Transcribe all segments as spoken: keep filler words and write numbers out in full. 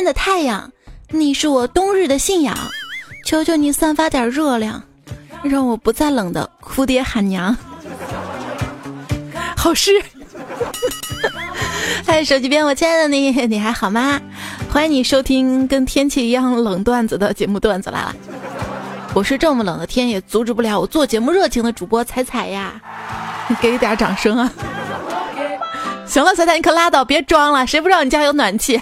天的太阳，你是我冬日的信仰，求求你散发点热量，让我不再冷的哭爹喊娘。好诗。嗨，手机边我亲爱的你，你还好吗？欢迎你收听跟天气一样冷段子的节目段子来了。我是这么冷的天也阻止不了我做节目热情的主播彩彩呀，给点掌声啊！行了，彩彩你可拉倒，别装了，谁不知道你家有暖气？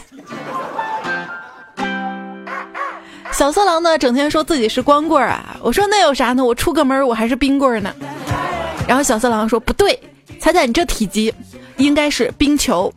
小色狼呢，整天说自己是光棍啊，我说那有啥呢？我出个门我还是冰棍呢。然后小色狼说不对，彩彩你这体积应该是冰球。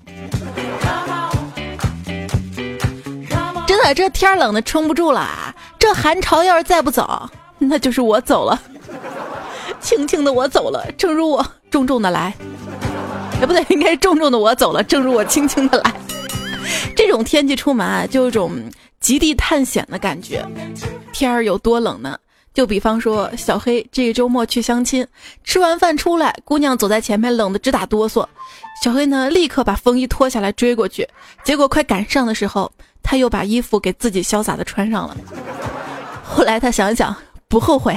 真的，这天冷的撑不住了啊！这寒潮要是再不走，那就是我走了。轻轻的我走了，正如我重重的来。哎，不对，应该是重重的我走了，正如我轻轻的来。这种天气出门啊，就有种极地探险的感觉。天儿有多冷呢？就比方说，小黑这个周末去相亲，吃完饭出来，姑娘走在前面，冷得直打哆嗦。小黑呢，立刻把风衣脱下来追过去，结果快赶上的时候，他又把衣服给自己潇洒的穿上了。后来他想想，不后悔。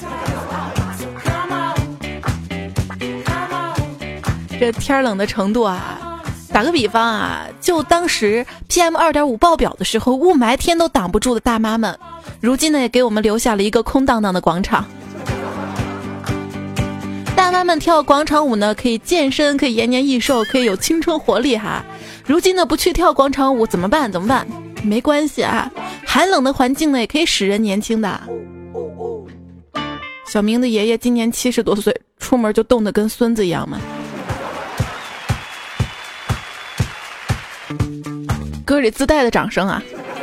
这天冷的程度啊，打个比方啊，就当时 P M 二点五 爆表的时候，雾霾天都挡不住的大妈们，如今呢也给我们留下了一个空荡荡的广场。大妈们跳广场舞呢，可以健身，可以延年益寿，可以有青春活力哈。如今呢不去跳广场舞怎么办？怎么办？没关系啊，寒冷的环境呢也可以使人年轻的。小明的爷爷今年七十多岁，出门就冻得跟孙子一样嘛。歌里自带的掌声啊！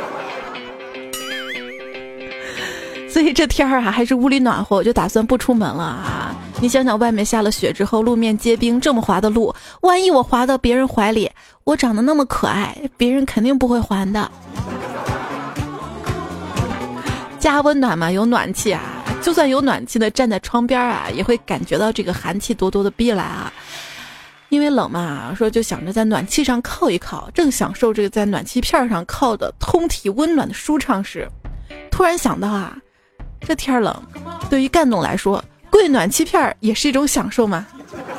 所以这天儿啊，还是屋里暖和，我就打算不出门了啊！你想想，外面下了雪之后，路面结冰，这么滑的路，万一我滑到别人怀里，我长得那么可爱，别人肯定不会还的。家温暖嘛，有暖气啊，就算有暖气的，站在窗边啊，也会感觉到这个寒气咄咄的逼来啊。因为冷嘛，说就想着在暖气上靠一靠，正享受这个在暖气片上靠的通体温暖的舒畅时，突然想到啊，这天冷，对于干总来说，跪暖气片也是一种享受嘛。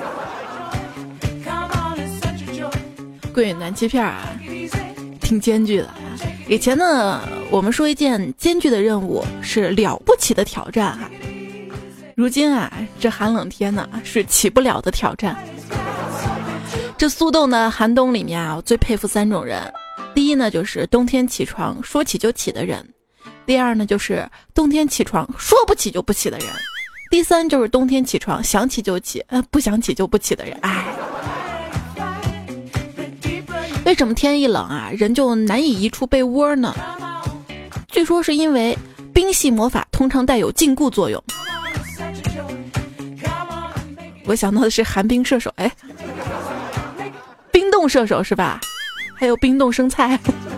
跪暖气片啊，挺艰巨的。以前呢，我们说一件艰巨的任务是了不起的挑战哈，如今啊，这寒冷天呢是起不了的挑战。这速冻的寒冬里面啊，我最佩服三种人。第一呢，就是冬天起床说起就起的人；第二呢，就是冬天起床说不起就不起的人；第三就是冬天起床想起就起，呃，不想起就不起的人。哎，为什么天一冷啊，人就难以移出被窝呢？据说是因为冰系魔法通常带有禁锢作用。我想到的是寒冰射手，哎。冰冻射手是吧？还有冰冻生菜。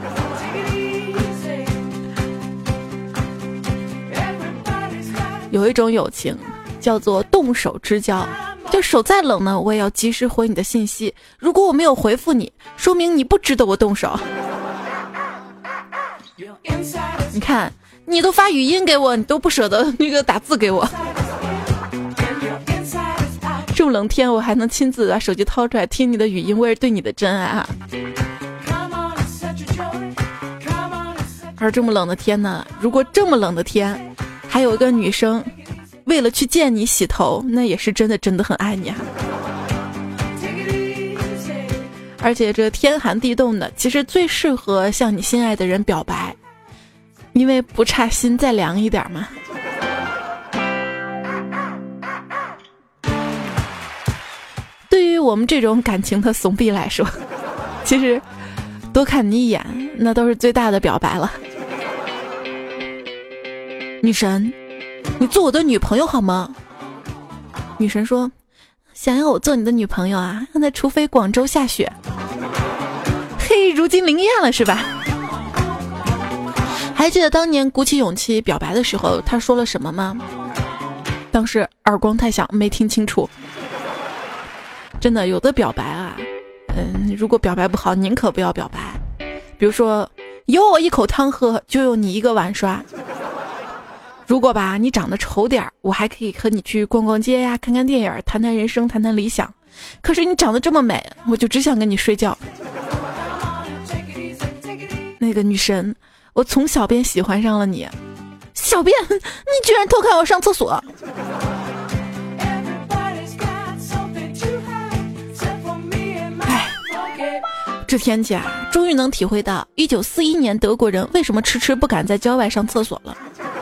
有一种友情叫做动手之交，就手再冷呢，我也要及时回你的信息。如果我没有回复你，说明你不值得我动手。你看，你都发语音给我，你都不舍得那个打字给我。这么冷天，我还能亲自把手机掏出来听你的语音，我也是对你的真爱啊！而这么冷的天呢，如果这么冷的天，还有一个女生为了去见你洗头，那也是真的真的很爱你啊！而且这天寒地冻的，其实最适合向你心爱的人表白，因为不差心再凉一点嘛。对于我们这种感情的怂逼来说，其实多看你一眼，那都是最大的表白了。女神，你做我的女朋友好吗？女神说，想要我做你的女朋友啊，那除非广州下雪。嘿，如今灵验了是吧？还记得当年鼓起勇气表白的时候，他说了什么吗？当时耳光太响，没听清楚。真的，有的表白啊，嗯，如果表白不好，宁可不要表白。比如说， 有我一口汤喝，就有你一个碗刷。如果吧你长得丑点，我还可以和你去逛逛街呀，看看电影，谈谈人生，谈谈理想。可是你长得这么美，我就只想跟你睡觉。那个女神，我从小便喜欢上了你。小便，你居然偷看我上厕所！哎，这天气啊，终于能体会到一九四一年德国人为什么迟迟不敢在郊外上厕所了。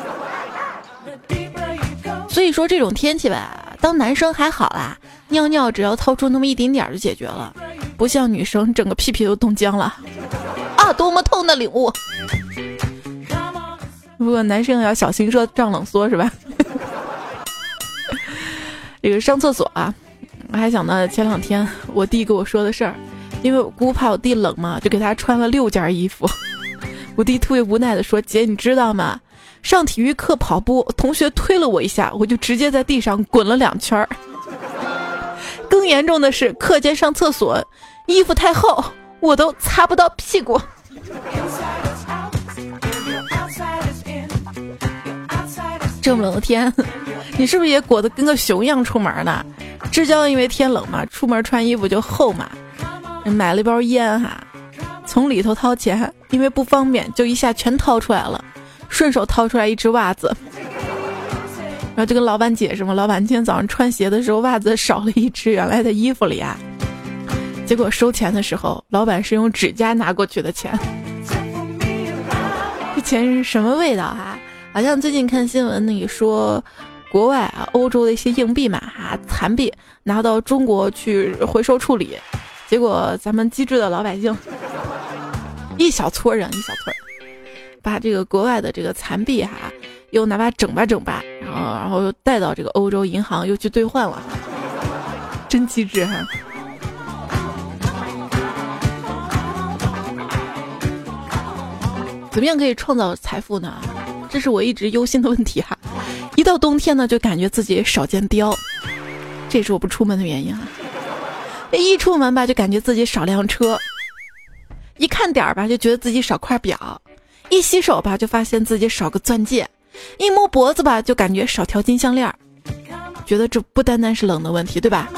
所以说这种天气吧，当男生还好啦，尿尿只要掏出那么一丁点就解决了，不像女生整个屁屁都冻僵了啊！多么痛的领悟！不过男生要小心说胀冷缩是吧？这个上厕所啊，我还想到前两天我弟跟我说的事儿，因为我姑怕我弟冷嘛，就给他穿了六件衣服。我弟特别无奈的说：“姐，你知道吗？上体育课跑步，同学推了我一下，我就直接在地上滚了两圈儿。更严重的是，课间上厕所，衣服太厚，我都擦不到屁股。”这么冷的天，你是不是也裹得跟个熊一样出门呢？志娇因为天冷嘛，出门穿衣服就厚嘛，买了一包烟哈，从里头掏钱，因为不方便，就一下全掏出来了，顺手掏出来一只袜子，然后就跟老板解释嘛，老板今天早上穿鞋的时候袜子少了一只，原来的衣服里啊。结果收钱的时候，老板是用指甲拿过去的钱，这钱是什么味道啊？好像最近看新闻那里说，国外啊，欧洲的一些硬币嘛，啊，残币拿到中国去回收处理，结果咱们机智的老百姓，一小撮人，一小撮人，把这个国外的这个残币哈、啊，又拿把整吧整吧，然后然后又带到这个欧洲银行又去兑换了，真机智哈。怎么样可以创造财富呢？这是我一直忧心的问题哈。一到冬天呢，就感觉自己少见貂，这也是我不出门的原因啊。一出门吧，就感觉自己少辆车；一看点儿吧，就觉得自己少块表；一洗手吧，就发现自己少个钻戒；一摸脖子吧，就感觉少条金项链。觉得这不单单是冷的问题，对吧？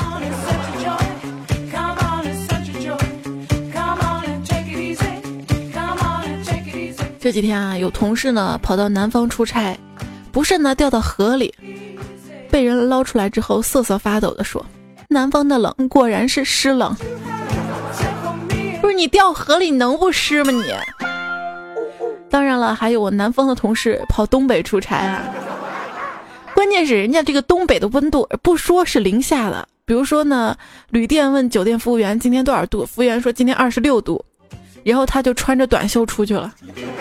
这几天啊，有同事呢跑到南方出差，不慎呢掉到河里，被人捞出来之后瑟瑟发抖地说：“南方的冷果然是湿冷。”不是你掉河里能不湿吗你？当然了，还有我南方的同事跑东北出差啊，关键是人家这个东北的温度不说是零下的，比如说呢，旅店问酒店服务员今天多少度，服务员说今天二十六度，然后他就穿着短袖出去了。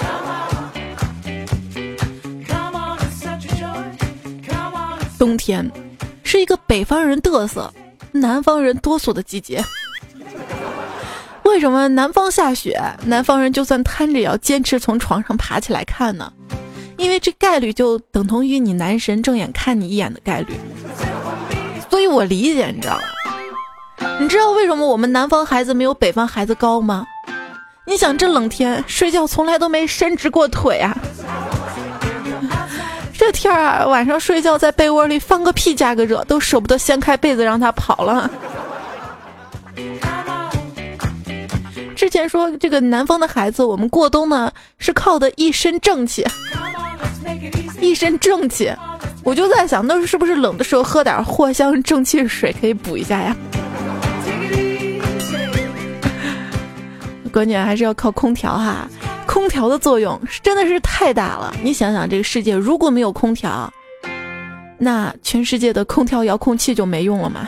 冬天是一个北方人嘚瑟，南方人哆嗦的季节。为什么南方下雪，南方人就算瘫着也要坚持从床上爬起来看呢？因为这概率就等同于你男神正眼看你一眼的概率。所以我理解，你知道吗？你知道为什么我们南方孩子没有北方孩子高吗？你想这冷天睡觉从来都没伸直过腿啊，这天啊，晚上睡觉在被窝里放个屁加个热都舍不得掀开被子让他跑了。之前说这个南方的孩子我们过冬呢是靠的一身正气，一身正气，我就在想那是不是冷的时候喝点藿香正气水可以补一下呀？关键还是要靠空调哈，空调的作用真的是太大了。你想想这个世界如果没有空调，那全世界的空调遥控器就没用了嘛。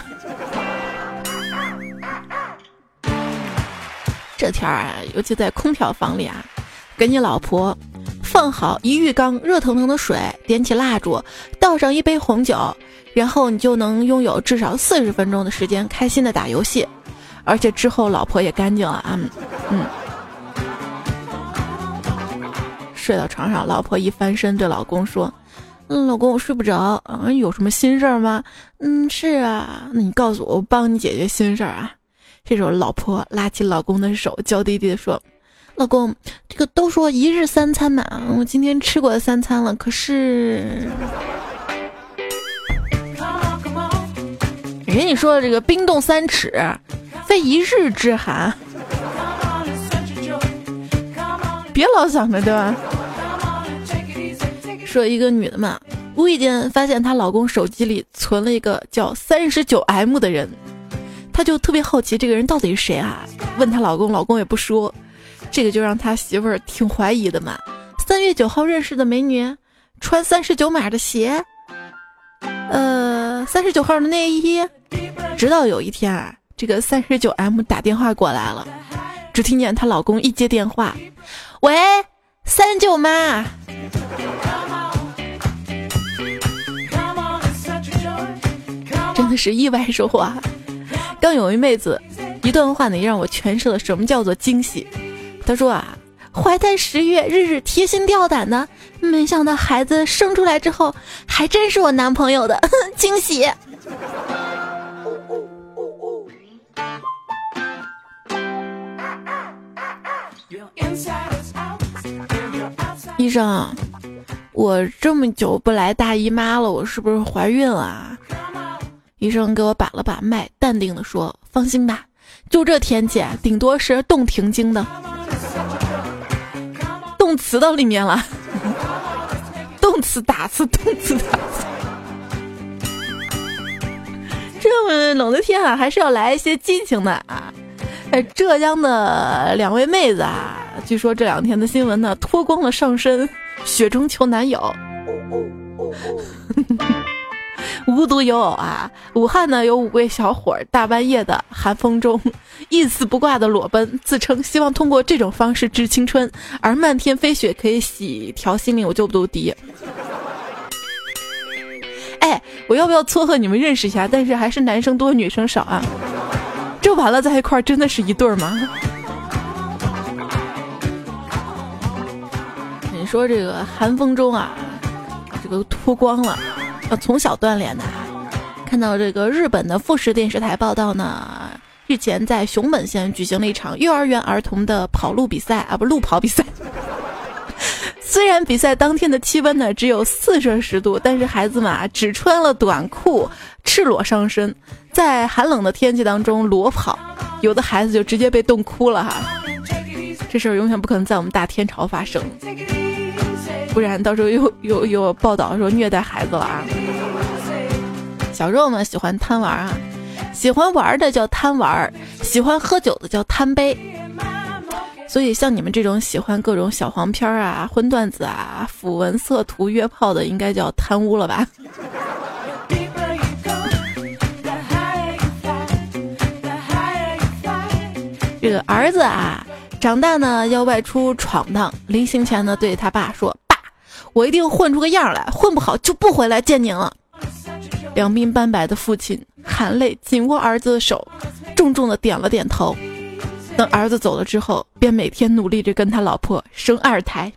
这天啊，尤其在空调房里啊，给你老婆放好一浴缸热腾腾的水，点起蜡烛，倒上一杯红酒，然后你就能拥有至少四十分钟的时间开心的打游戏，而且之后老婆也干净了啊。嗯，睡到床上，老婆一翻身对老公说：“嗯，老公我睡不着，嗯，有什么心事儿吗？”“嗯，是啊。”“那你告诉我，我帮你解决心事儿啊。”这时候老婆拉起老公的手，娇滴滴的说：“ 老公，这个都说一日三餐嘛，我今天吃过三餐了，可是人家你说的这个冰冻三尺非一日之寒，别老想着对吧。说一个女的嘛，无意间发现她老公手机里存了一个叫三十九 M 的人，她就特别好奇这个人到底是谁啊，问她老公，老公也不说，这个就让她媳妇儿挺怀疑的嘛。三月九号认识的美女，穿三十九码的鞋，呃，三十九号的内衣。直到有一天啊，这个三十九 M 打电话过来了，只听见她老公一接电话，喂，三十九妈。真的是意外收获啊！刚有一妹子一段话呢，让我诠释了什么叫做惊喜。她说啊，怀胎十月，日日提心吊胆的，没想到孩子生出来之后，还真是我男朋友的惊喜。医生，我这么久不来大姨妈了，我是不是怀孕了啊？医生给我把了把脉，淡定地说，放心吧，就这天气顶多是冻停经的。动词到里面了，动词打词，动词打词。这么冷的天啊，还是要来一些激情的啊！哎，浙江的两位妹子啊，据说这两天的新闻呢，脱光了上身，雪中求男友。无独有偶啊，武汉呢有五位小伙大半夜的寒风中一丝不挂的裸奔，自称希望通过这种方式致青春，而漫天飞雪可以洗调心灵，我就不读敌。哎，我要不要撮合你们认识一下？但是还是男生多女生少啊，这完了在一块儿真的是一对儿吗？你说这个寒风中啊，这个脱光了要从小锻炼的。看到这个日本的富士电视台报道呢，日前在熊本县举行了一场幼儿园儿童的跑路比赛啊，不路跑比赛。虽然比赛当天的气温呢只有四摄氏度，但是孩子们啊只穿了短裤，赤裸上身，在寒冷的天气当中裸跑，有的孩子就直接被冻哭了哈。这事儿永远不可能在我们大天朝发生，不然到时候又又又报道说虐待孩子了啊。小时候们喜欢贪玩啊，喜欢玩的叫贪玩，喜欢喝酒的叫贪杯。所以像你们这种喜欢各种小黄片啊、荤段子啊、腐文色图、约炮的，应该叫贪污了吧？这个儿子啊，长大呢要外出闯荡，临行前呢对他爸说：“爸，我一定混出个样来，混不好就不回来见您了。”两鬓斑白的父亲含泪紧握儿子的手，重重的点了点头。等儿子走了之后，便每天努力着跟他老婆生二胎。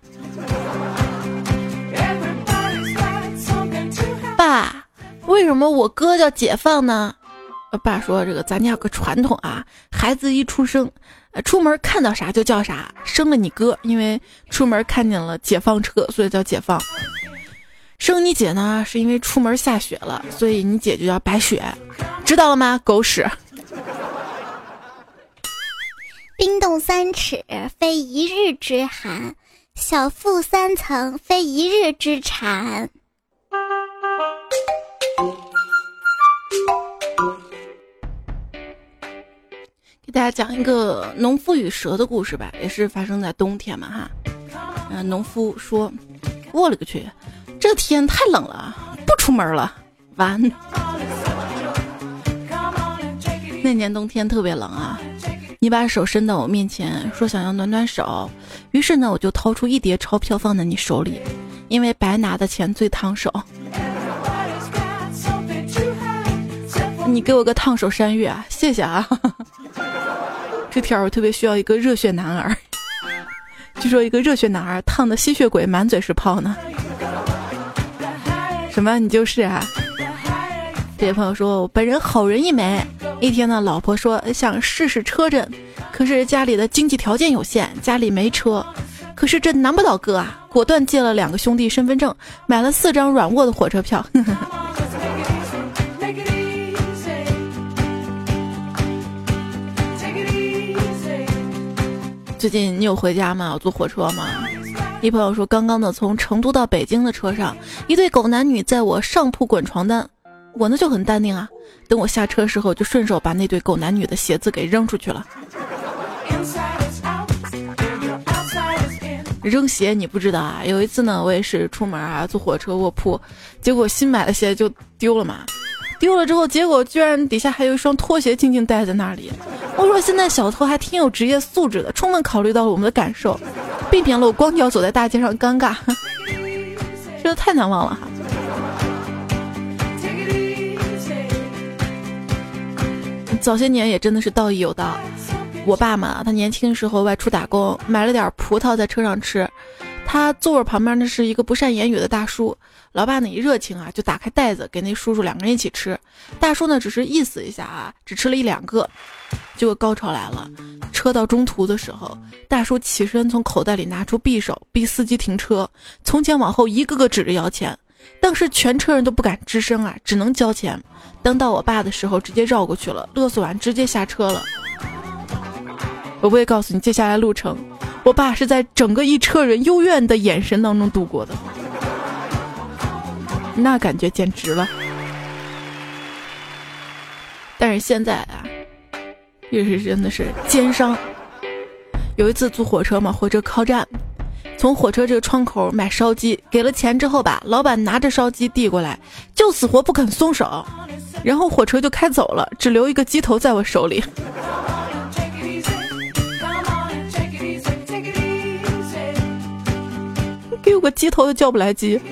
爸，为什么我哥叫解放呢？爸说这个咱家有个传统啊，孩子一出生，出门看到啥就叫啥，生了你哥，因为出门看见了解放车，所以叫解放。生你姐呢，是因为出门下雪了，所以你姐就叫白雪，知道了吗？狗屎！ 冰冻三尺，非一日之寒；小腹三层，非一日之馋。 给大家讲一个农夫与蛇的故事吧，也是发生在冬天嘛哈。嗯，农夫说：“我勒个去，这天太冷了，不出门了。”完。那年冬天特别冷啊。你把手伸到我面前，说想要暖暖手，于是呢，我就掏出一叠钞票放在你手里，因为白拿的钱最烫手。你给我个烫手山芋啊，谢谢啊！这天我特别需要一个热血男儿，据说一个热血男儿烫的吸血鬼满嘴是泡呢。什么？你就是啊？这位朋友说，我本人好人一枚， 一天呢，老婆说想试试车震，可是家里的经济条件有限，家里没车，可是这难不倒哥啊，果断借了两个兄弟身份证，买了四张软卧的火车票。最近你有回家吗？我坐火车吗？一朋友说，刚刚的从成都到北京的车上，一对狗男女在我上铺滚床单，我呢就很淡定啊，等我下车时候就顺手把那对狗男女的鞋子给扔出去了。扔鞋你不知道啊，有一次呢我也是出门啊坐火车卧铺，结果新买的鞋就丢了嘛，丢了之后结果居然底下还有一双拖鞋静静待在那里。我说现在小偷还挺有职业素质的，充分考虑到了我们的感受，避免了我光脚走在大街上尴尬，真的太难忘了哈。早些年也真的是道义有道，我爸嘛，他年轻时候外出打工，买了点葡萄在车上吃，他座位旁边呢是一个不善言语的大叔，老爸呢一热情啊，就打开袋子给那叔叔两个人一起吃，大叔呢只是意思一下啊，只吃了一两个。结果高潮来了，车到中途的时候，大叔起身从口袋里拿出匕首，逼司机停车，从前往后一个个指着要钱，当时全车人都不敢吱声啊，只能交钱。等到我爸的时候直接绕过去了，勒索完直接下车了。我不会告诉你接下来路程，我爸是在整个一车人幽怨的眼神当中度过的，那感觉简直了。但是现在啊，也是真的是奸商。有一次坐火车嘛，火车靠站，从火车这个窗口买烧鸡，给了钱之后吧，老板拿着烧鸡递过来，就死活不肯松手，然后火车就开走了，只留一个鸡头在我手里。给我个鸡头都叫不来鸡。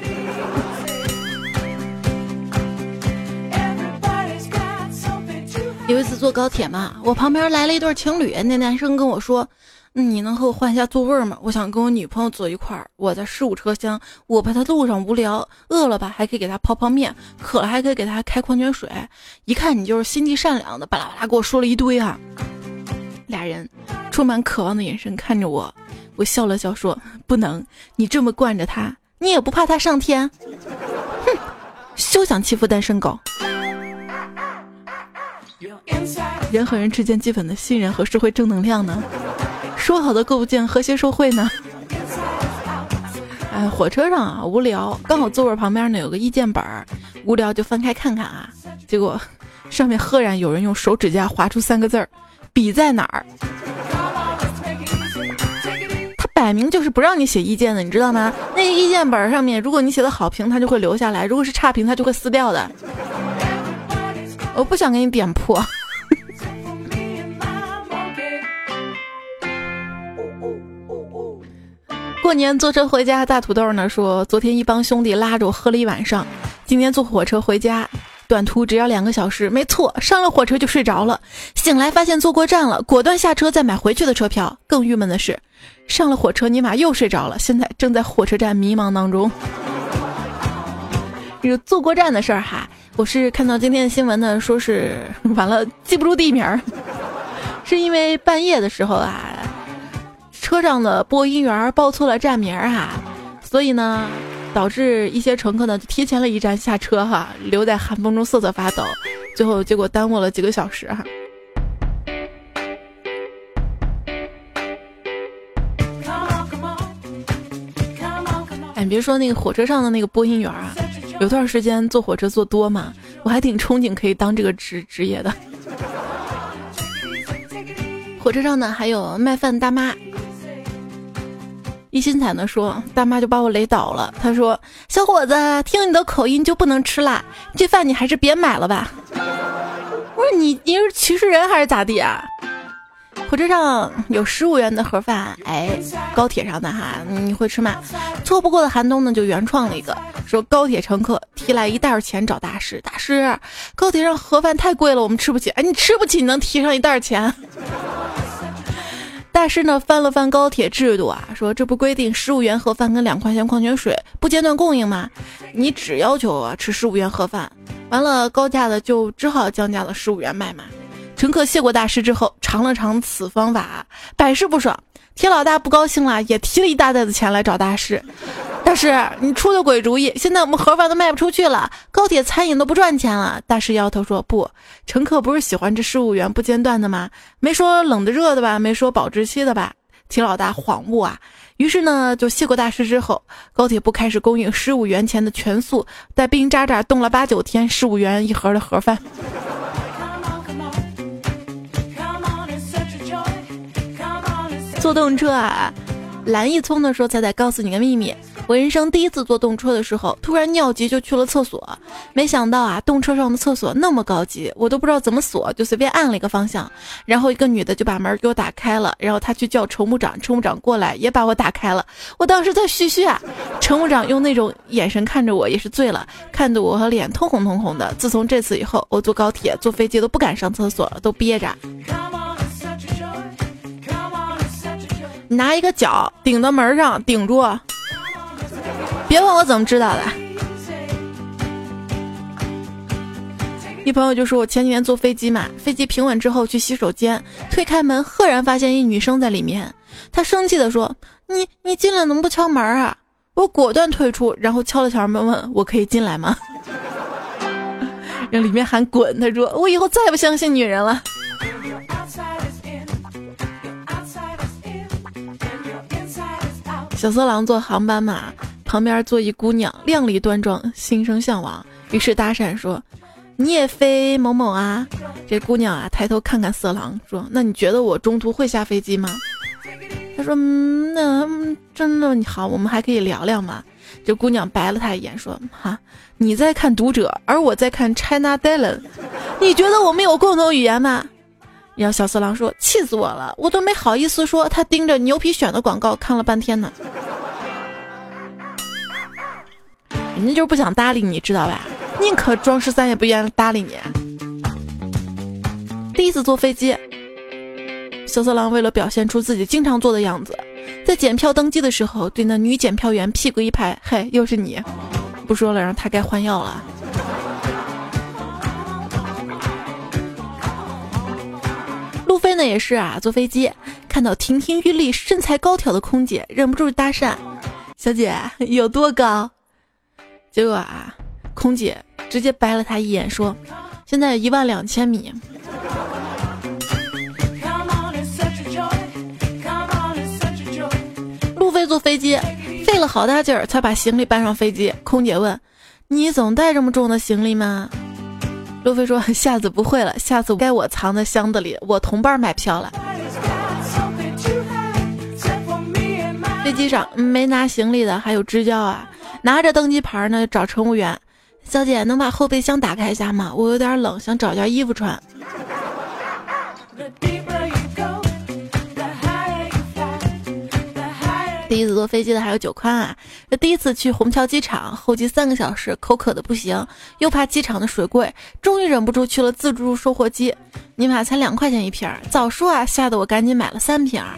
有一次坐高铁嘛，我旁边来了一对情侣，那男生跟我说，你能和我换一下座位吗？我想跟我女朋友坐一块儿，我在十五车厢，我怕她路上无聊，饿了吧还可以给她泡泡面，渴了还可以给她开矿泉水，一看你就是心地善良的，巴拉巴拉给我说了一堆啊。俩人充满渴望的眼神看着我，我笑了笑说，不能，你这么惯着她，你也不怕她上天？哼，休想欺负单身狗。人和人之间基本的信任和社会正能量呢，说好的构建和谐社会呢？哎，火车上啊无聊，刚好座位旁边呢有个意见本，无聊就翻开看看啊，结果上面赫然有人用手指甲划出三个字儿，笔在哪儿？他摆明就是不让你写意见的，你知道吗？那个意见本上面，如果你写的好评，他就会留下来；如果是差评，他就会撕掉的。我不想给你点破。过年坐车回家，大土豆呢说，昨天一帮兄弟拉着我喝了一晚上，今天坐火车回家，短途只要两个小时，没错，上了火车就睡着了，醒来发现坐过站了，果断下车再买回去的车票。更郁闷的是，上了火车尼玛又睡着了，现在正在火车站迷茫当中。这个坐过站的事儿哈，我是看到今天的新闻呢，说是完了记不住地名，是因为半夜的时候啊，车上的播音员报错了站名哈，所以呢导致一些乘客呢就提前了一站下车哈，留在寒风中瑟瑟发抖，最后结果耽误了几个小时哈。哎，你别说那个火车上的那个播音员啊，有段时间坐火车坐多嘛，我还挺憧憬可以当这个职职业的。火车上呢还有卖饭大妈，一心彩呢说，大妈就把我雷倒了，她说，小伙子，听你的口音就不能吃辣，这饭你还是别买了吧。我说你你是歧视人还是咋地啊？火车上有十五元的盒饭，哎，高铁上的哈，你会吃吗？错不过的寒冬呢就原创了一个，说高铁乘客提来一袋钱找大师，大师，高铁上盒饭太贵了，我们吃不起。哎，你吃不起你能提上一袋钱？大师呢翻了翻高铁制度啊，说这不规定十五元盒饭跟两块钱矿泉水不间断供应吗？你只要求啊吃十五元盒饭，完了高价的就只好降价了十五元卖嘛。 乘客谢过大师之后，尝了尝此方法，百试不爽。铁老大不高兴了，也提了一大袋子钱来找大师。大师，你出的鬼主意，现在我们盒饭都卖不出去了，高铁餐饮都不赚钱了。大师摇头说，不，乘客不是喜欢这十五元不间断的吗？没说冷的热的吧，没说保质期的吧。铁老大恍悟啊，于是呢就谢过大师之后，高铁部开始供应十五元钱的全素带冰渣渣冻了八九天十五元一盒的盒饭。坐动车啊，蓝一聪的说彩彩告诉你个秘密，我人生第一次坐动车的时候，突然尿急就去了厕所，没想到啊，动车上的厕所那么高级，我都不知道怎么锁，就随便按了一个方向，然后一个女的就把门给我打开了，然后她去叫乘务长，乘务长过来也把我打开了，我当时在嘘嘘啊，乘务长用那种眼神看着我，也是醉了，看得我和脸通红通红的。自从这次以后，我坐高铁坐飞机都不敢上厕所了，都憋着。你拿一个脚顶到门上顶住，别问我怎么知道的。一朋友就说，我前几天坐飞机嘛，飞机平稳之后去洗手间，推开门赫然发现一女生在里面，她生气地说，你你进来怎么不敲门啊？我果断退出，然后敲了敲门问我可以进来吗？让里面喊滚，他说我以后再也不相信女人了。小色狼坐航班嘛，旁边坐一姑娘，靓丽端庄，心生向往，于是搭讪说，你也飞某某啊？这姑娘啊抬头看看色狼说，那你觉得我中途会下飞机吗？他说，嗯，那真的好，我们还可以聊聊嘛。这姑娘白了他一眼说，哈，你在看读者，而我在看 China Dylan， 你觉得我们有共同语言吗？然后小色狼说，气死我了，我都没好意思说，他盯着牛皮癣的广告看了半天呢。人家就是不想搭理你，知道吧？宁可装十三也不愿意搭理你。第一次坐飞机，小色狼为了表现出自己经常坐的样子，在检票登机的时候对那女检票员屁股一拍，嘿，又是你，不说了，让他该换药了。路飞呢也是啊，坐飞机看到亭亭玉立身材高挑的空姐，忍不住搭讪，小姐有多高？结果啊，空姐直接白了他一眼说，现在一万两千米。路飞坐飞机费了好大劲儿才把行李搬上飞机，空姐问，你总带这么重的行李吗？路飞说，下次不会了，下次该我藏在箱子里，我同伴买票了。飞机上没拿行李的还有支交啊，拿着登机牌呢找乘务员，小姐能把后备箱打开一下吗？我有点冷，想找件衣服穿。第一次坐飞机的还有九宽啊，这第一次去虹桥机场，候机三个小时，口渴的不行，又怕机场的水贵，终于忍不住去了自助售货机，尼玛才两块钱一瓶，早说啊，吓得我赶紧买了三瓶。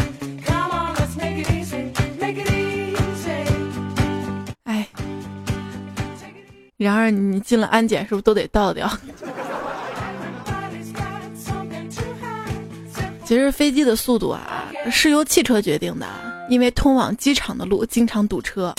哎，然而你进了安检是不是都得倒掉？其实飞机的速度啊是由汽车决定的，因为通往机场的路经常堵车。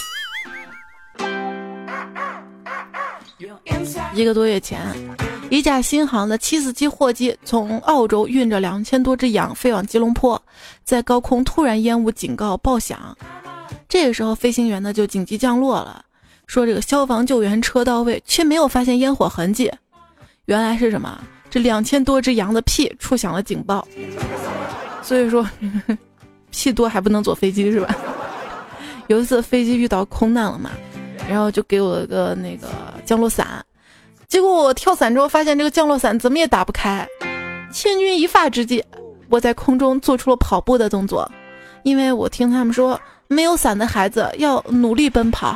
一个多月前，一架新航的七四七货机从澳洲运着两千多只羊飞往吉隆坡，在高空突然烟雾警告爆响，这个时候飞行员呢就紧急降落了，说这个消防救援车到位，却没有发现烟火痕迹。原来是什么？这两千多只羊的屁触响了警报。所以说屁多还不能坐飞机是吧？有一次飞机遇到空难了嘛，然后就给我了个那个降落伞，结果我跳伞之后发现这个降落伞怎么也打不开，千钧一发之际，我在空中做出了跑步的动作，因为我听他们说没有伞的孩子要努力奔跑。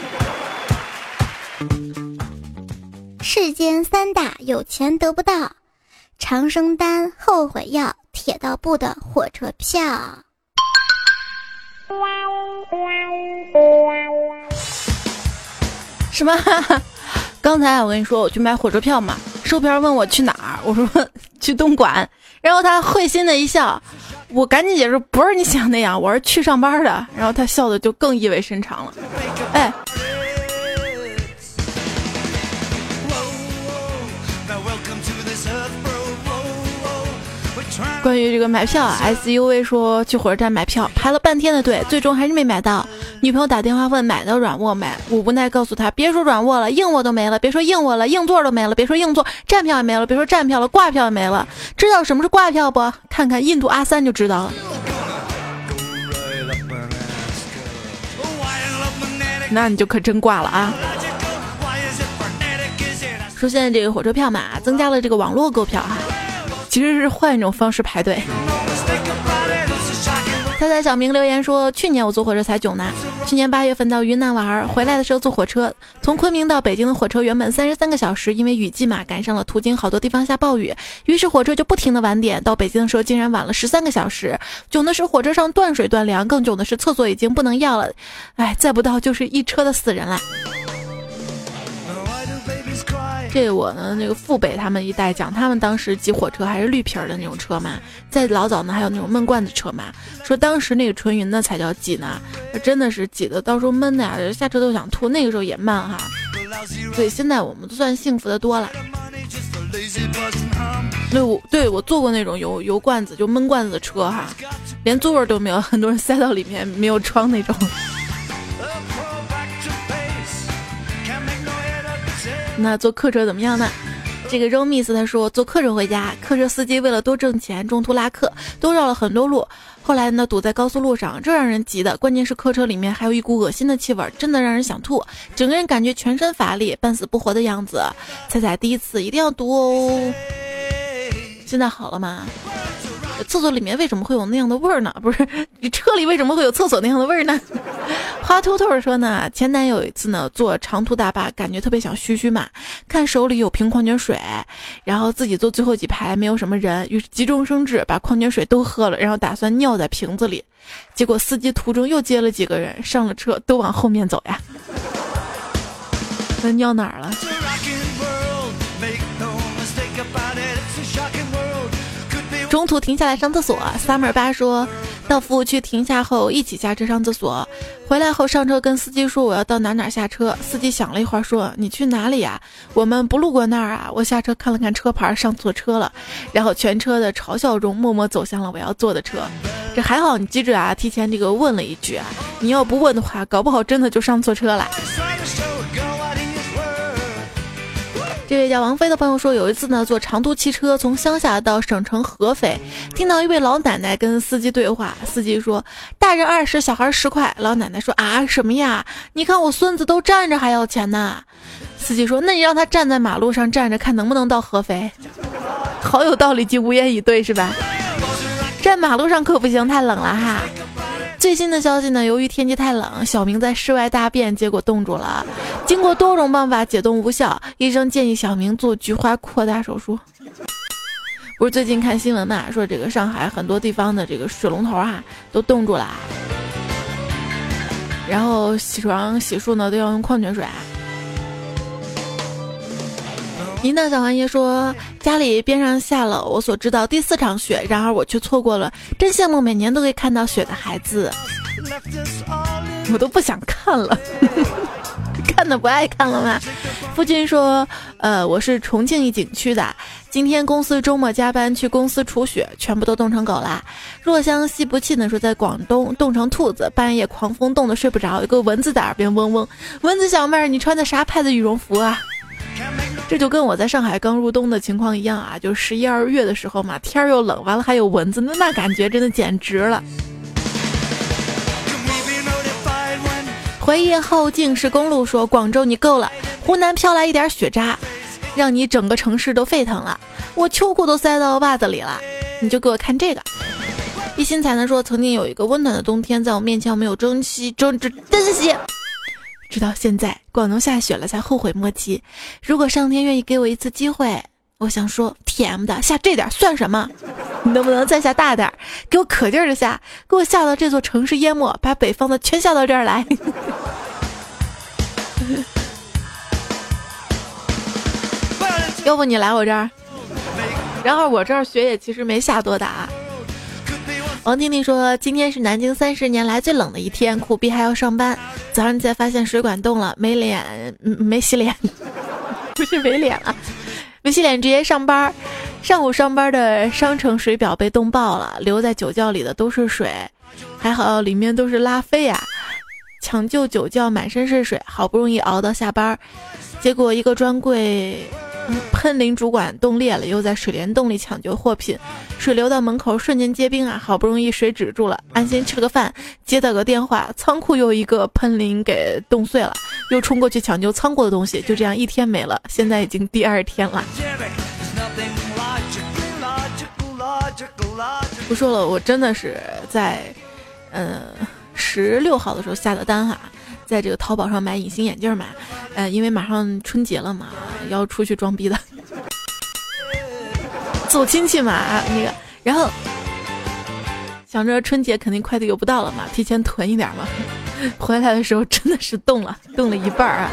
世间三大有钱得不到，长生丹、后悔药、铁道部的火车票。 什么？刚才我跟你说我去买火车票嘛， 售票问我去哪儿，我说去东莞，然后他会心的一笑，我赶紧解释不是你想那样，我是去上班的，然后他笑的就更意味深长了。哎，关于这个买票 S U V 说去火车站买票排了半天的队，最终还是没买到。女朋友打电话问买到软卧没，我无奈告诉他别说软卧了，硬卧都没了，别说硬卧了，硬座都没了，别说硬座，站票也没了，别说站票了，挂票也没了。知道什么是挂票不？看看印度阿三就知道了。那你就可真挂了啊。说现在这个火车票嘛，增加了这个网络购票哈，其实是换一种方式排队。他在小明留言说，去年我坐火车才囧呢，去年八月份到云南玩，回来的时候坐火车，从昆明到北京的火车原本三十三个小时，因为雨季嘛，赶上了途经好多地方下暴雨，于是火车就不停的晚点，到北京的时候竟然晚了十三个小时。囧的是火车上断水断粮，更囧的是厕所已经不能要了，哎，再不到就是一车的死人了。这我呢，那个父辈他们一代讲，他们当时挤火车还是绿皮儿的那种车嘛，在老早呢还有那种闷罐子车嘛，说当时那个纯云呢才叫挤呢，真的是挤的到时候闷的呀，下车都想吐，那个时候也慢哈。所以现在我们都算幸福的多了。对，我对我坐过那种油油罐子就闷罐子的车哈，连座位都没有，很多人塞到里面没有窗那种。那坐客车怎么样呢？这个 Romis 他说坐客车回家，客车司机为了多挣钱，中途拉客，都绕了很多路。后来呢，堵在高速路上，这让人急的。关键是客车里面还有一股恶心的气味，真的让人想吐，整个人感觉全身乏力，半死不活的样子。彩彩第一次一定要读哦。现在好了吗？厕所里面为什么会有那样的味儿呢？不是，你车里为什么会有厕所那样的味儿呢？花秃头说呢，前男友有一次呢坐长途大巴，感觉特别想嘘嘘嘛，看手里有瓶矿泉水，然后自己坐最后几排没有什么人，于是急中生智把矿泉水都喝了，然后打算尿在瓶子里，结果司机途中又接了几个人，上了车都往后面走呀。那尿哪儿了？中途停下来上厕所 Summer 八说到服务区停下后一起下车上厕所，回来后上车跟司机说我要到哪哪下车，司机想了一会儿说你去哪里呀？我们不路过那儿啊。我下车看了看车牌，上错车了，然后全车的嘲笑中默默走向了我要坐的车。这还好你记住啊，提前这个问了一句啊，你要不问的话搞不好真的就上错车了。这位叫王菲的朋友说，有一次呢坐长途汽车从乡下到省城合肥，听到一位老奶奶跟司机对话，司机说大人二十小孩十块，老奶奶说啊什么呀，你看我孙子都站着还要钱呢。司机说那你让他站在马路上站着看能不能到合肥。好有道理及无言以对是吧？站马路上可不行，太冷了哈。最新的消息呢，由于天气太冷，小明在室外大便，结果冻住了。经过多种办法解冻无效，医生建议小明做菊花扩大手术。不是最近看新闻嘛，说这个上海很多地方的这个水龙头啊都冻住了，然后洗床洗漱呢都要用矿泉水。您的小玩意说家里边上下了我所知道第四场雪，然而我却错过了，真羡慕每年都可以看到雪的孩子。我都不想看了看的不爱看了吗？父亲说呃，我是重庆一景区的，今天公司周末加班去公司除雪，全部都冻成狗啦。若香西不气呢说在广东冻成兔子，半夜狂风冻得睡不着，有个蚊子在耳边嗡嗡。蚊子小妹儿，你穿的啥牌子羽绒服啊？这就跟我在上海刚入冬的情况一样啊，就十一二月的时候嘛，天又冷，完了还有蚊子，那那感觉真的简直了。回忆后进士公路说广州你够了，湖南飘来一点雪渣，让你整个城市都沸腾了，我秋裤都塞到袜子里了，你就给我看这个。一心才能说曾经有一个温暖的冬天在我面前，我没有珍惜珍珍珍惜，直到现在广东下雪了才后悔莫及。如果上天愿意给我一次机会，我想说 T M 的下这点算什么，你能不能再下大点，给我可劲儿的下，给我下到这座城市淹没，把北方的全下到这儿来。 要不你来我这儿？然后我这儿雪也其实没下多大。王婷婷说，今天是南京三十年来最冷的一天，苦逼还要上班。早上才发现水管冻了，没脸，没洗脸，不是没脸啊，没洗脸直接上班。上午上班的商城水表被冻爆了，留在酒窖里的都是水，还好里面都是拉菲呀、啊。抢救酒窖满身是水，好不容易熬到下班，结果一个专柜喷淋主管冻裂了，又在水帘洞里抢救货品，水流到门口瞬间结冰啊！好不容易水止住了，安心吃了个饭，接到个电话，仓库又一个喷淋给冻碎了，又冲过去抢救仓库的东西，就这样一天没了，现在已经第二天了。不说了，我真的是在嗯十六号的时候下的单哈、啊。在这个淘宝上买隐形眼镜嘛，呃，因为马上春节了嘛，要出去装逼的，走亲戚嘛，那个，然后想着春节肯定快递邮不到了嘛，提前囤一点嘛，回来的时候真的是冻了，冻了一半啊。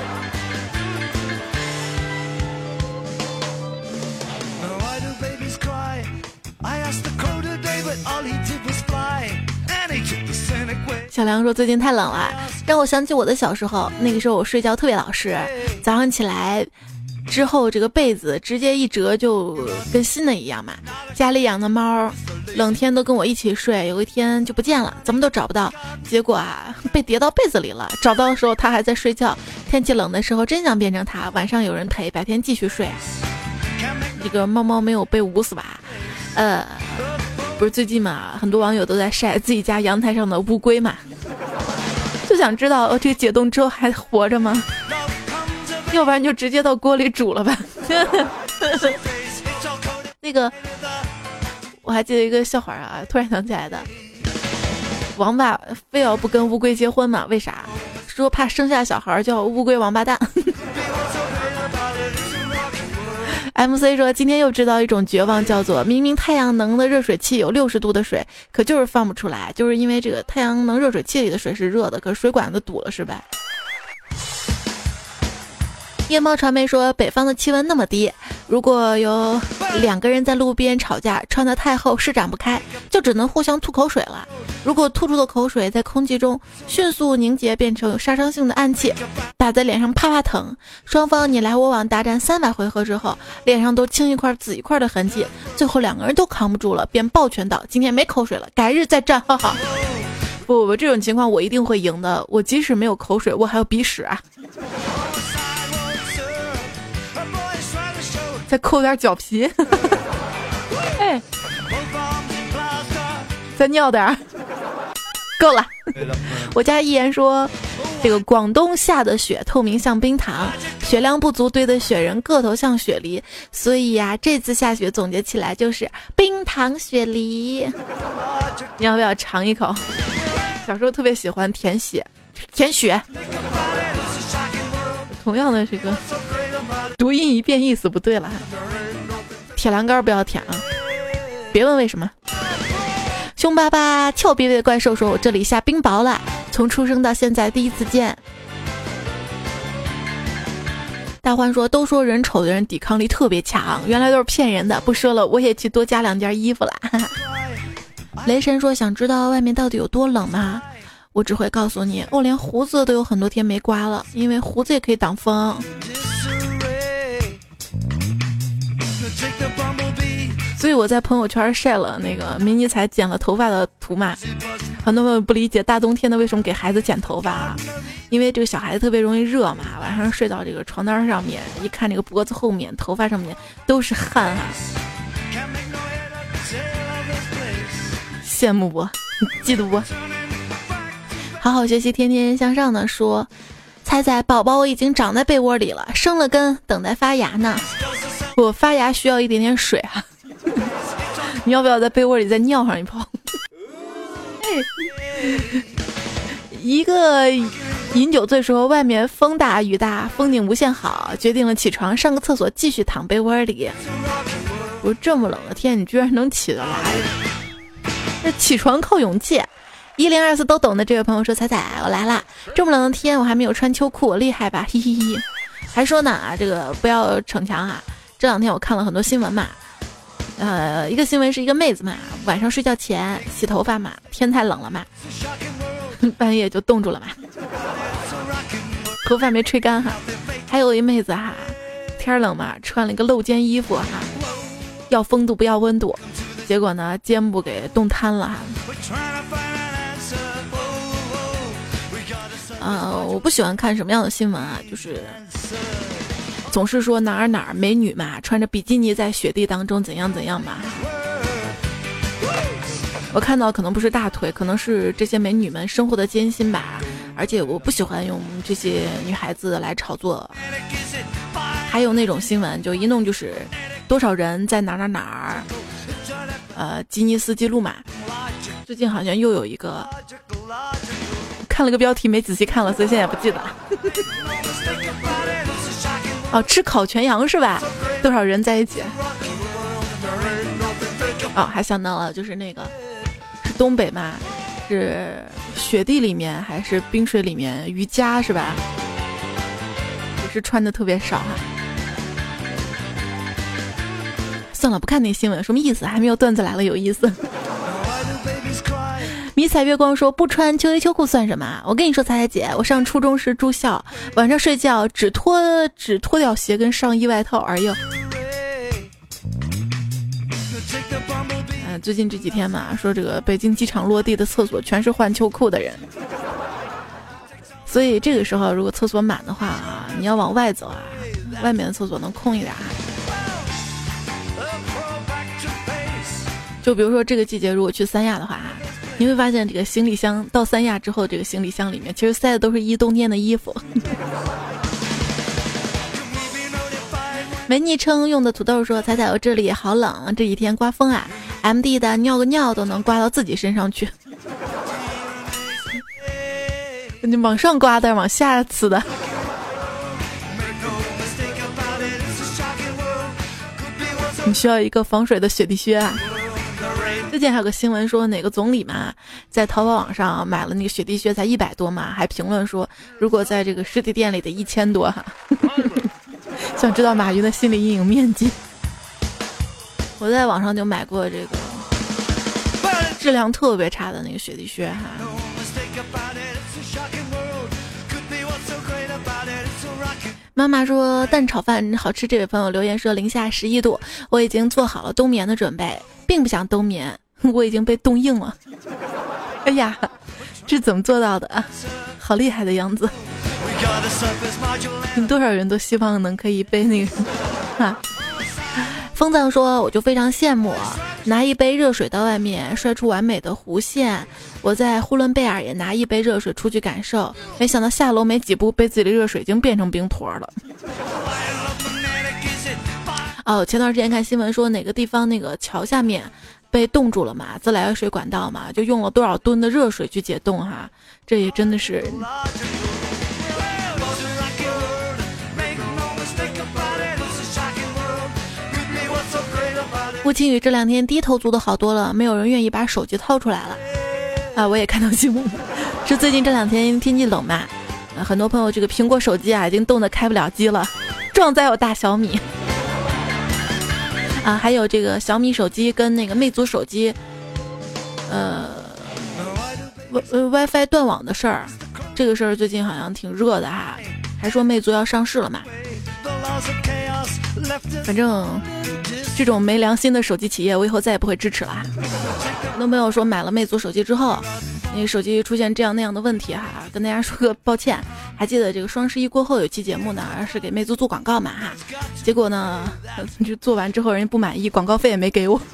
小梁说最近太冷了，让我想起我的小时候，那个时候我睡觉特别老实，早上起来之后这个被子直接一折就跟新的一样嘛。家里养的猫冷天都跟我一起睡，有一天就不见了，怎么都找不到，结果啊被叠到被子里了，找到的时候它还在睡觉。天气冷的时候真想变成它，晚上有人陪，白天继续睡。这个猫猫没有被捂死吧？呃不是最近嘛，很多网友都在晒自己家阳台上的乌龟嘛，就想知道、哦、这个解冻之后还活着吗？要不然就直接到锅里煮了吧。那个我还记得一个笑话啊，突然想起来的，王八非要不跟乌龟结婚嘛？为啥？说怕生下小孩叫乌龟王八蛋。M C 说今天又知道一种绝望，叫做明明太阳能的热水器有六十度的水，可就是放不出来，就是因为这个太阳能热水器里的水是热的，可是水管子堵了是吧？夜猫传媒说北方的气温那么低，如果有两个人在路边吵架，穿得太厚施展不开，就只能互相吐口水了。如果吐出的口水在空气中迅速凝结变成有杀伤性的暗器，打在脸上啪啪疼，双方你来我往大战三百回合之后，脸上都青一块紫一块的痕迹，最后两个人都扛不住了，便抱拳道今天没口水了，改日再战，哈哈。不不不，这种情况我一定会赢的，我即使没有口水，我还有鼻屎啊。再抠点脚皮。哎，再尿点儿，够了。我家一言说，这个广东下的雪透明像冰糖，雪量不足堆的雪人个头像雪梨，所以呀、啊，这次下雪总结起来就是冰糖雪梨。你要不要尝一口？小时候特别喜欢舔血，舔雪。同样的这个读音一变意思不对了，铁栏杆不要舔啊！别问为什么。凶巴巴俏瘪瘪的怪兽说，我这里下冰雹了，从出生到现在第一次见。大欢说，都说人丑的人抵抗力特别强，原来都是骗人的，不说了，我也去多加两件衣服了。雷神说，想知道外面到底有多冷吗？我只会告诉你，我连胡子都有很多天没刮了，因为胡子也可以挡风。所以我在朋友圈晒了那个迷你彩剪了头发的图嘛，很多朋友不理解大冬天的为什么给孩子剪头发，因为这个小孩子特别容易热嘛，晚上睡到这个床单上面，一看这个脖子后面头发上面都是汗啊，羡慕不？嫉妒不？好好学习，天天向上的说，猜猜宝宝我已经长在被窝里了，生了根，等待发芽呢。我发芽需要一点点水啊，你要不要在被窝里再尿上一泡？哎，一个饮酒醉说，外面风大雨大，风景无限好，决定了起床上个厕所，继续躺被窝里。不是这么冷的天，你居然能起得来？这起床靠勇气。一零二四都懂的这位朋友说，彩彩我来啦，这么冷的天我还没有穿秋裤，我厉害吧？嘿嘿嘿。还说呢啊，这个不要逞强啊， 这两天我看了很多新闻嘛，呃，一个新闻是一个妹子嘛，晚上睡觉前洗头发嘛，天太冷了嘛，半夜就冻住了嘛，头发没吹干哈。还有一妹子哈，天冷嘛，穿了一个露肩衣服哈，要风度不要温度，结果呢肩部给冻瘫了哈。呃，我不喜欢看什么样的新闻啊，就是总是说哪儿哪儿美女嘛，穿着比基尼在雪地当中怎样怎样嘛。我看到可能不是大腿，可能是这些美女们生活的艰辛吧。而且我不喜欢用这些女孩子来炒作。还有那种新闻，就一弄就是多少人在哪哪哪儿，呃，吉尼斯纪录嘛。最近好像又有一个，看了个标题没仔细看了，所以现在也不记得了。哦，吃烤全羊是吧？多少人在一起？哦，还想到了，就是那个是东北嘛，是雪地里面还是冰水里面瑜伽是吧？也是穿的特别少哈。算了，不看那新闻，什么意思？还没有段子来了有意思。迷彩月光说不穿秋衣秋裤算什么？我跟你说，彩彩姐，我上初中时住校，晚上睡觉只脱只脱掉鞋跟上衣外套而已。嗯，最近这几天嘛，说这个北京机场落地的厕所全是换秋裤的人，所以这个时候如果厕所满的话啊，你要往外走啊，外面的厕所能空一点。就比如说这个季节如果去三亚的话，你会发现这个行李箱到三亚之后，这个行李箱里面其实塞的都是一冬天的衣服。没昵称用的土豆说，彩彩我这里好冷，这几天刮风啊 M D 的尿个尿都能刮到自己身上去。你往上刮的往下呲的。你需要一个防水的雪地靴啊。最近还有个新闻说哪个总理嘛，在淘宝网上买了那个雪地靴才一百多嘛，还评论说如果在这个实体店里得一千多哈。想知道马云的心理阴影面积？我在网上就买过这个质量特别差的那个雪地靴哈。妈妈说蛋炒饭好吃，这位朋友留言说零下十一度，我已经做好了冬眠的准备，并不想冬眠，我已经被冻硬了。哎呀，这怎么做到的啊？好厉害的样子！多少人都希望能可以被那个啊。风藏说，我就非常羡慕，拿一杯热水到外面摔出完美的弧线。我在呼伦贝尔也拿一杯热水出去感受，没想到下楼没几步，杯子里的热水已经变成冰坨了。哦，前段时间看新闻说哪个地方那个桥下面被冻住了嘛，自来水管道嘛，就用了多少吨的热水去解冻哈，这也真的是。吴清宇这两天低头族的好多了，没有人愿意把手机掏出来了啊！我也看到新闻，是最近这两天天气冷嘛，啊、很多朋友这个苹果手机啊已经冻得开不了机了，壮哉有大小米啊！还有这个小米手机跟那个魅族手机，呃呃 WiFi 断网的事儿，这个事儿最近好像挺热的哈，还说魅族要上市了嘛，反正。这种没良心的手机企业，我以后再也不会支持了。很多朋友说买了魅族手机之后，那个手机出现这样那样的问题哈，跟大家说个抱歉。还记得这个双十一过后有期节目呢，是给魅族做广告嘛哈，结果呢，就做完之后人家不满意，广告费也没给我。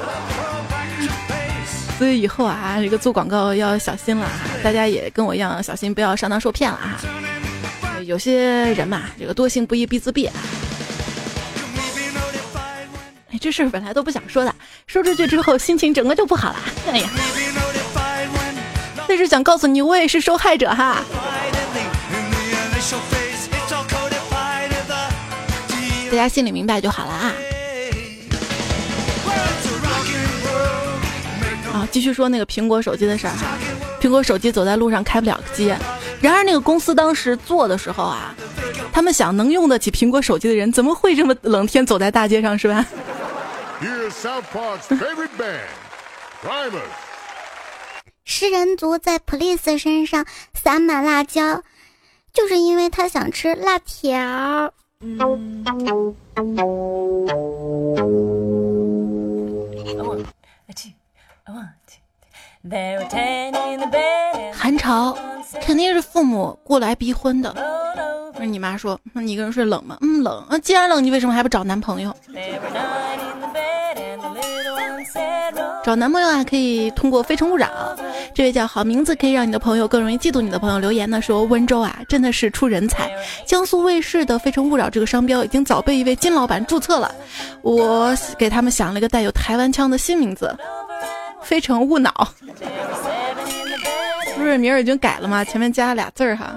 所以以后啊，这个做广告要小心了，大家也跟我一样小心，不要上当受骗了哈。有些人嘛，这个多行不义必自毙。这事儿本来都不想说的，说出去之后心情整个就不好了。哎呀，但是想告诉你，我也是受害者哈。大家心里明白就好了啊。啊，继续说那个苹果手机的事儿哈。苹果手机走在路上开不了机，然而那个公司当时做的时候啊， 他们想能用得起苹果手机的人怎么会这么冷天走在大街上，是吧？ Here's South Park's favorite band, Primus. 食人族在 Police 身上撒满辣椒，就是因为他想吃辣条。 寒潮肯定是父母过来逼婚的。那你妈说，那你一个人睡冷吗？嗯，冷。那既然冷，你为什么还不找男朋友？找男朋友啊，可以通过非诚勿扰。这位叫好名字可以让你的朋友更容易嫉妒你的朋友留言呢，说温州啊真的是出人才，江苏卫视的非诚勿扰这个商标已经早被一位金老板注册了，我给他们想了一个带有台湾腔的新名字，非诚勿恼。不是名儿已经改了吗？前面加俩字儿哈。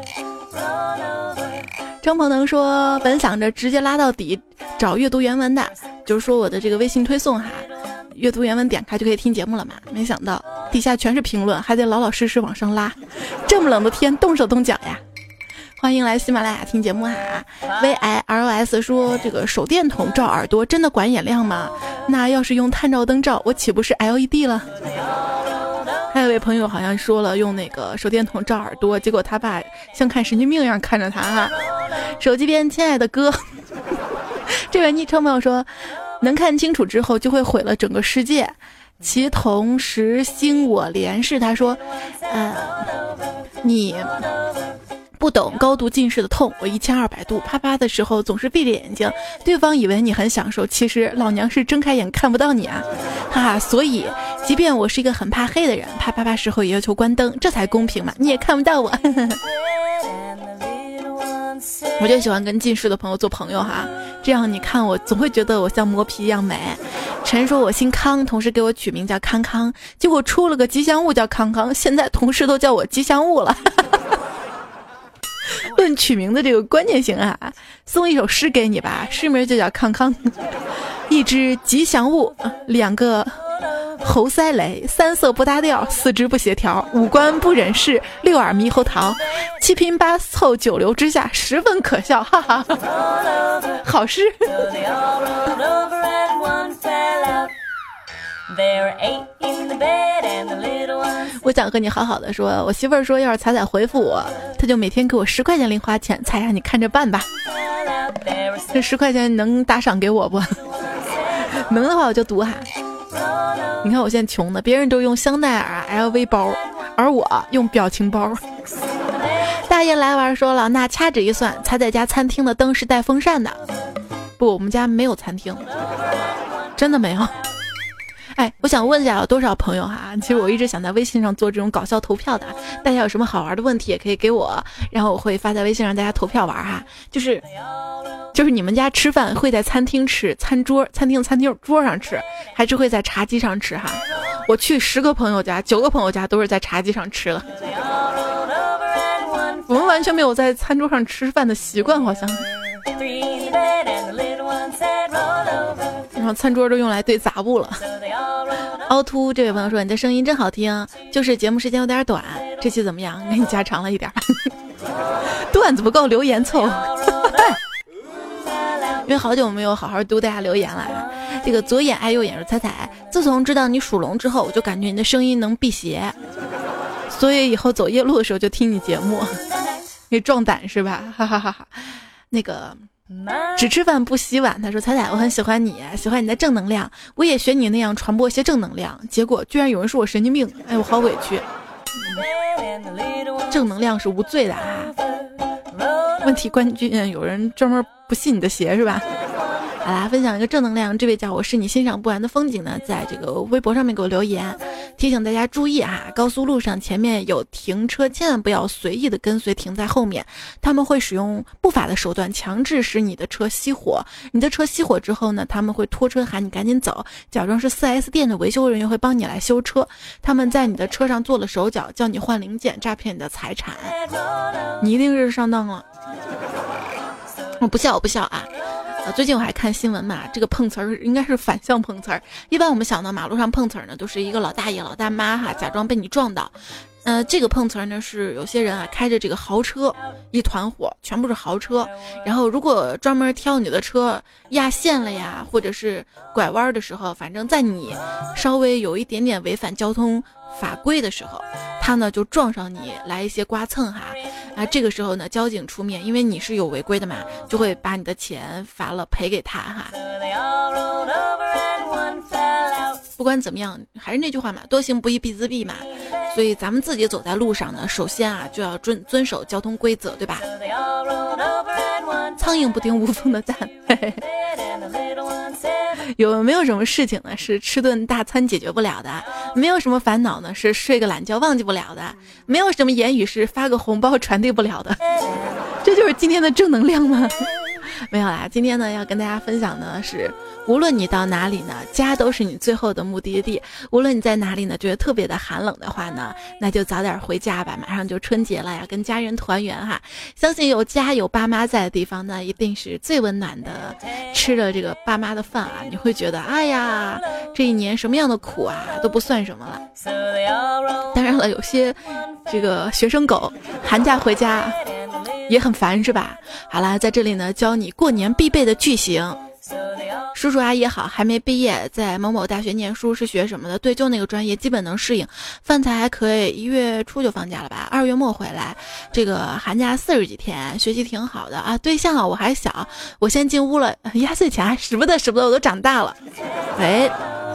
张鹏能说，本想着直接拉到底找阅读原文的，就是说我的这个微信推送哈，阅读原文点开就可以听节目了嘛，没想到底下全是评论，还得老老实实往上拉，这么冷的天动手动脚呀。欢迎来喜马拉雅听节目哈。V I R O S 说，这个手电筒照耳朵真的管眼亮吗？那要是用探照灯照，我岂不是 L E D 了？还有位朋友好像说了用那个手电筒照耳朵，结果他爸像看神经病一样看着他哈。手机边亲爱的哥，这位昵称朋友说，能看清楚之后就会毁了整个世界，其同时兴我连是。他说，呃，你不懂高度近视的痛，我一千二百度啪啪的时候总是闭着眼睛，对方以为你很享受，其实老娘是睁开眼看不到你啊，哈哈。所以即便我是一个很怕黑的人，啪啪啪时候也要求关灯，这才公平嘛，你也看不到我。我就喜欢跟近视的朋友做朋友哈，这样你看我总会觉得我像磨皮一样美。陈说我姓康，同事给我取名叫康康，结果出了个吉祥物叫康康，现在同事都叫我吉祥物了。论取名的这个关键性啊，送一首诗给你吧，诗名就叫康康。一只吉祥物，两个猴腮雷，三色不搭调，四肢不协调，五官不忍视，六耳猕猴桃，七拼八凑九流之下，十分可笑，哈哈。好诗。我想和你好好的说，我媳妇儿说要是彩彩回复我，她就每天给我十块钱零花钱，彩呀你看着办吧。这十块钱能打赏给我不？能的话我就读哈。你看我现在穷的，别人都用香奈儿 L V 包，而我用表情包。大爷来玩说了，那掐指一算，彩彩家餐厅的灯是带风扇的。不，我们家没有餐厅，真的没有。哎，我想问一下有多少朋友哈？其实我一直想在微信上做这种搞笑投票的，大家有什么好玩的问题也可以给我，然后我会发在微信让大家投票玩哈。就是就是你们家吃饭会在餐厅吃，餐桌餐厅餐厅桌上吃，还是会在茶几上吃哈？我去十个朋友家，九个朋友家都是在茶几上吃的。我们完全没有在餐桌上吃饭的习惯，好像。然后餐桌都用来堆杂物了。凹凸这位朋友说，你的声音真好听，就是节目时间有点短，这期怎么样？给你加长了一点。段子不够，留言凑。因为好久没有好好读大家留言了。这个左眼爱右眼说，彩彩，自从知道你属龙之后，我就感觉你的声音能辟邪，所以以后走夜路的时候就听你节目，给壮胆是吧？哈哈哈哈。那个只吃饭不洗碗，他说彩彩我很喜欢你，喜欢你的正能量，我也学你那样传播一些正能量，结果居然有人说我神经病，哎我好委屈、嗯、正能量是无罪的啊，问题关键有人专门不信你的邪是吧？好啦，分享一个正能量，这位叫我是你欣赏不完的风景呢，在这个微博上面给我留言，提醒大家注意啊，高速路上前面有停车，千万不要随意的跟随停在后面，他们会使用不法的手段强制使你的车熄火，你的车熄火之后呢，他们会拖车喊你赶紧走，假装是 四 S 店的维修人员会帮你来修车，他们在你的车上做了手脚，叫你换零件，诈骗你的财产，你一定是上当了。我不笑我不笑啊。呃，最近我还看新闻嘛，这个碰瓷儿应该是反向碰瓷儿。一般我们想到马路上碰瓷儿呢，都是一个老大爷、老大妈哈，假装被你撞到， 呃，这个碰瓷儿呢是有些人啊开着这个豪车，一团火，全部是豪车，然后如果专门挑你的车压线了呀，或者是拐弯的时候，反正在你稍微有一点点违反交通法规的时候，他呢就撞上你，来一些刮蹭哈，啊，这个时候呢交警出面，因为你是有违规的嘛，就会把你的钱罚了赔给他哈。不管怎么样，还是那句话嘛，多行不义必自毙嘛。所以咱们自己走在路上呢，首先啊就要遵遵守交通规则，对吧？苍蝇不叮无缝的蛋。嘿嘿，有没有什么事情呢是吃顿大餐解决不了的？没有什么烦恼呢是睡个懒觉忘记不了的？没有什么言语是发个红包传递不了的？这就是今天的正能量吗？没有啦，今天呢要跟大家分享的是，无论你到哪里呢，家都是你最后的目的地。无论你在哪里呢，觉得特别的寒冷的话呢，那就早点回家吧，马上就春节了呀，跟家人团圆哈。相信有家有爸妈在的地方呢，一定是最温暖的。吃了这个爸妈的饭啊，你会觉得，哎呀，这一年什么样的苦啊都不算什么了。当然了，有些这个学生狗寒假回家也很烦是吧？好啦，在这里呢教你过年必备的句型。叔叔阿姨好，还没毕业，在某某大学念书，是学什么的？对，就那个专业，基本能适应。饭菜还可以，一月初就放假了吧？二月末回来，这个寒假四十几天，学习挺好的啊。对象啊，我还小，我先进屋了，压岁钱还使不得使不得，我都长大了。喂，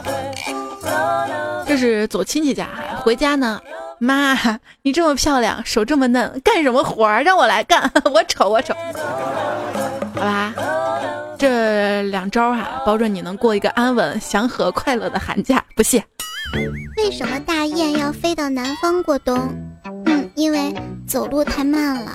这是走亲戚家，回家呢。妈，你这么漂亮，手这么嫩，干什么活儿？让我来干，我丑我丑。好吧，这两招哈、啊，保准你能过一个安稳、祥和、快乐的寒假。不谢。 为什么大雁要飞到南方过冬？嗯，因为走路太慢了。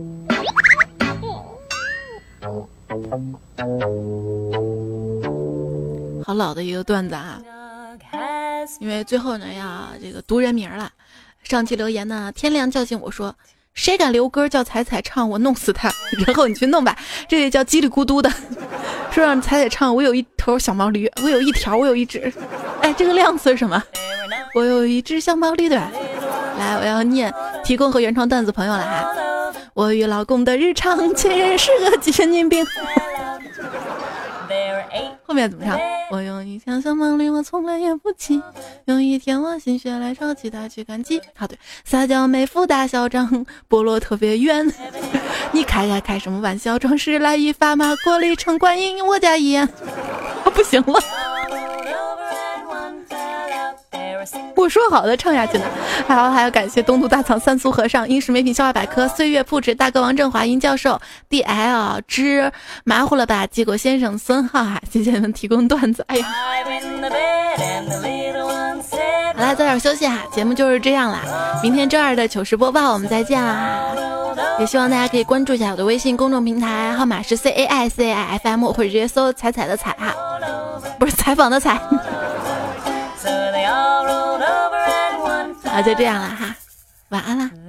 好老的一个段子啊，因为最后呢要这个读人名了。上期留言呢，天亮叫醒我说，谁敢留歌叫彩彩唱，我弄死他。然后你去弄吧，这也叫叽里咕嘟的。说让彩彩唱，我有一头小毛驴，我有一条，我有一只。哎，这个亮词是什么？我有一只小毛驴，对吧？来，我要念提供和原创段子朋友了哈。我与老公的日常，前任是个神经病。后面怎么唱？我有一条小毛驴，我从来也不骑。有一天我心血来潮，骑它去看鸡。好对，撒娇妹夫大小张，菠萝特别圆。你开开开什么玩笑？装饰来一发马，锅里盛观音，我家一眼。不行了。我说好的唱下去呢。还有还要感谢东渡大藏三苏和尚、英式美品笑话百科、岁月铺纸大哥王振华、殷教授、D L 之麻糊了吧结果先生孙浩海，谢谢你们提供段子。哎呀，好啦，早点休息哈，节目就是这样啦。明天周二的糗事播报我们再见啦。也希望大家可以关注一下我的微信公众平台，号码是 C A I C A I F M， 或者直接搜彩彩的彩哈，不是采访的采。好，就这样了哈，晚安啦。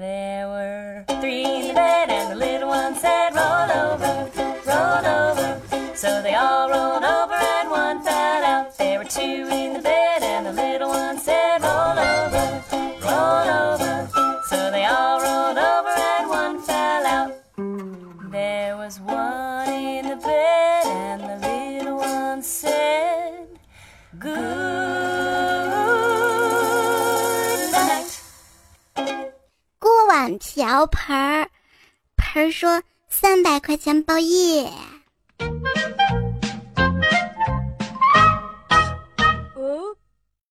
锅碗瓢盆儿，盆儿说三百块钱包夜。